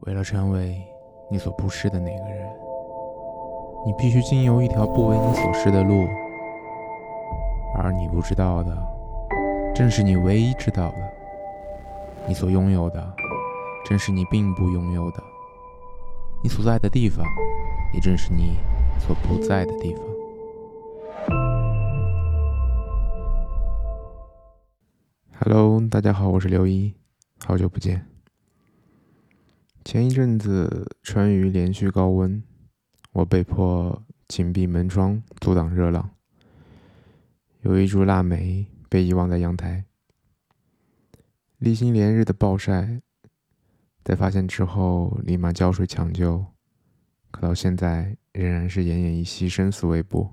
为了成为你所不是的那个人，你必须经由一条不为你所示的路，而你不知道的，正是你唯一知道的。你所拥有的，正是你并不拥有的。你所在的地方，也正是你所不在的地方。Hello， 大家好，我是刘一，好久不见。前一阵子川渝连续高温，我被迫紧闭门窗阻挡热浪。有一株腊梅被遗忘在阳台，历经连日的暴晒，在发现之后立马浇水抢救，可到现在仍然是奄奄一息，生死未卜。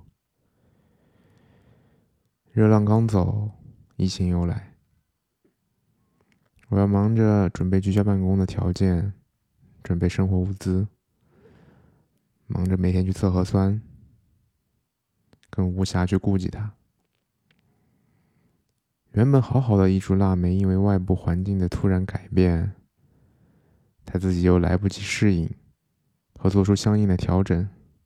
热浪刚走，疫情又来，我要忙着准备居家办公的条件，准备生活物资，忙着每天去测核酸，更无暇去顾及它。原本好好的一株腊梅，因为外部环境的突然改变，它自己又来不及适应和做出相应的调整，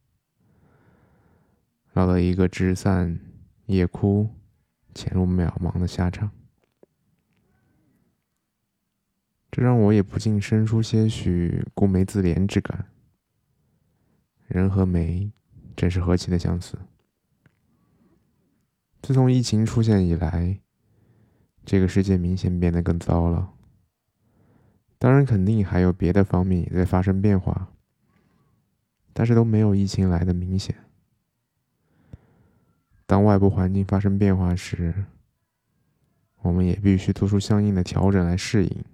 落得一个枝散叶枯、潜入渺茫的下场。这让我也不禁生出些许顾梅自怜之感。人和梅真是何其的相似。自从疫情出现以来，这个世界明显变得更糟了。当然肯定还有别的方面也在发生变化，但是都没有疫情来的明显。当外部环境发生变化时，我们也必须做出相应的调整来适应。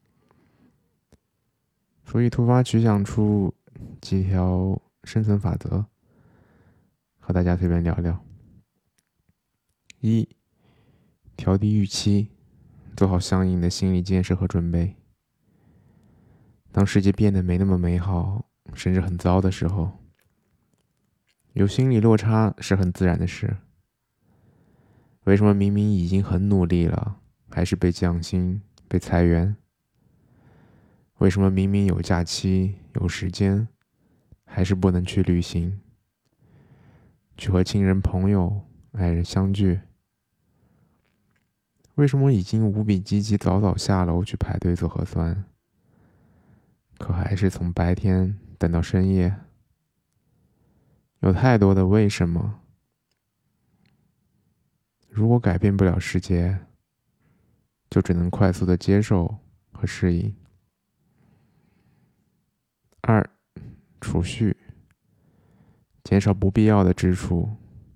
所以突发奇想出几条生存法则，和大家随便聊聊。一、调低预期，做好相应的心理建设和准备。当世界变得没那么美好，甚至很糟的时候，有心理落差是很自然的事。为什么明明已经很努力了，还是被降薪、被裁员？为什么明明有假期、有时间，还是不能去旅行，去和亲人、朋友、爱人相聚？为什么已经无比积极，早早下楼去排队做核酸，可还是从白天等到深夜？有太多的为什么。如果改变不了世界，就只能快速的接受和适应。二、储蓄，减少不必要的支出。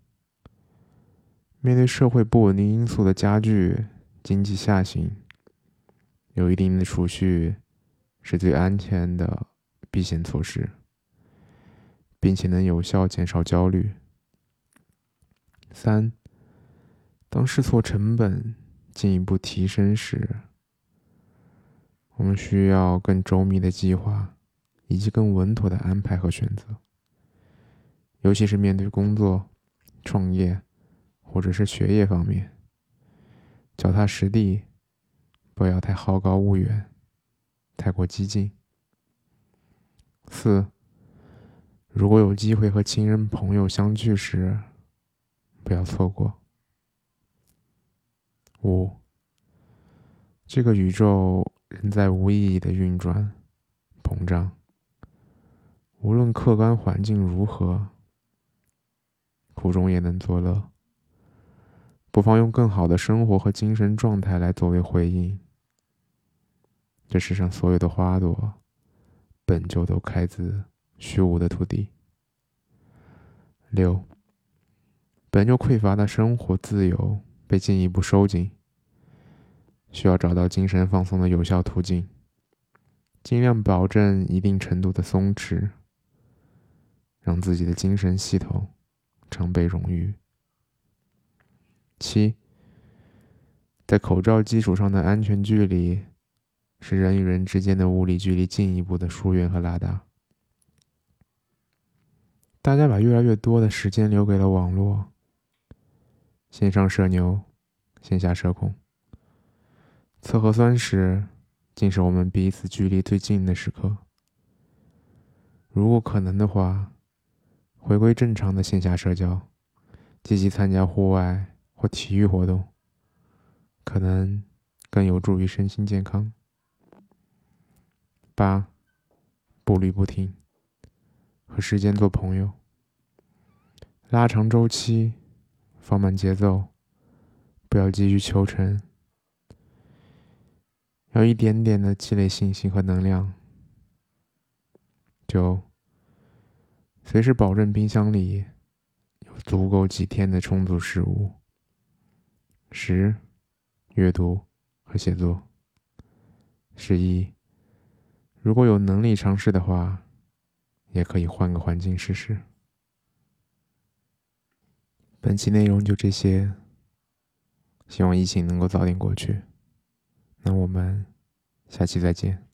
面对社会不稳定因素的加剧，经济下行，有一定的储蓄是最安全的避险措施，并且能有效减少焦虑。三、当试错成本进一步提升时，我们需要更周密的计划，以及更稳妥的安排和选择。尤其是面对工作、创业或者是学业方面，脚踏实地，不要太好高骛远，太过激进。四、如果有机会和亲人朋友相聚时，不要错过。五、这个宇宙仍在无意义的运转、膨胀，无论客观环境如何，苦中也能作乐。不妨用更好的生活和精神状态来作为回应。这世上所有的花朵，本就都开自虚无的土地。六、本就匮乏的生活自由被进一步收紧，需要找到精神放松的有效途径，尽量保证一定程度的松弛，让自己的精神系统常被荣誉。七、在口罩基础上的安全距离，使人与人之间的物理距离进一步的疏远和拉大。大家把越来越多的时间留给了网络，线上社牛，线下社恐。测核酸时，竟是我们彼此距离最近的时刻。 如果可能的话，回归正常的线下社交，积极参加户外或体育活动，可能更有助于身心健康。8. 步履不停，和时间做朋友，拉长周期，放慢节奏，不要急于求成，要一点点的积累信心和能量。9. 随时保证冰箱里有足够几天的充足食物。10. 阅读和写作。11. 如果有能力尝试的话，也可以换个环境试试。本期内容就这些，希望疫情能够早点过去。那我们下期再见。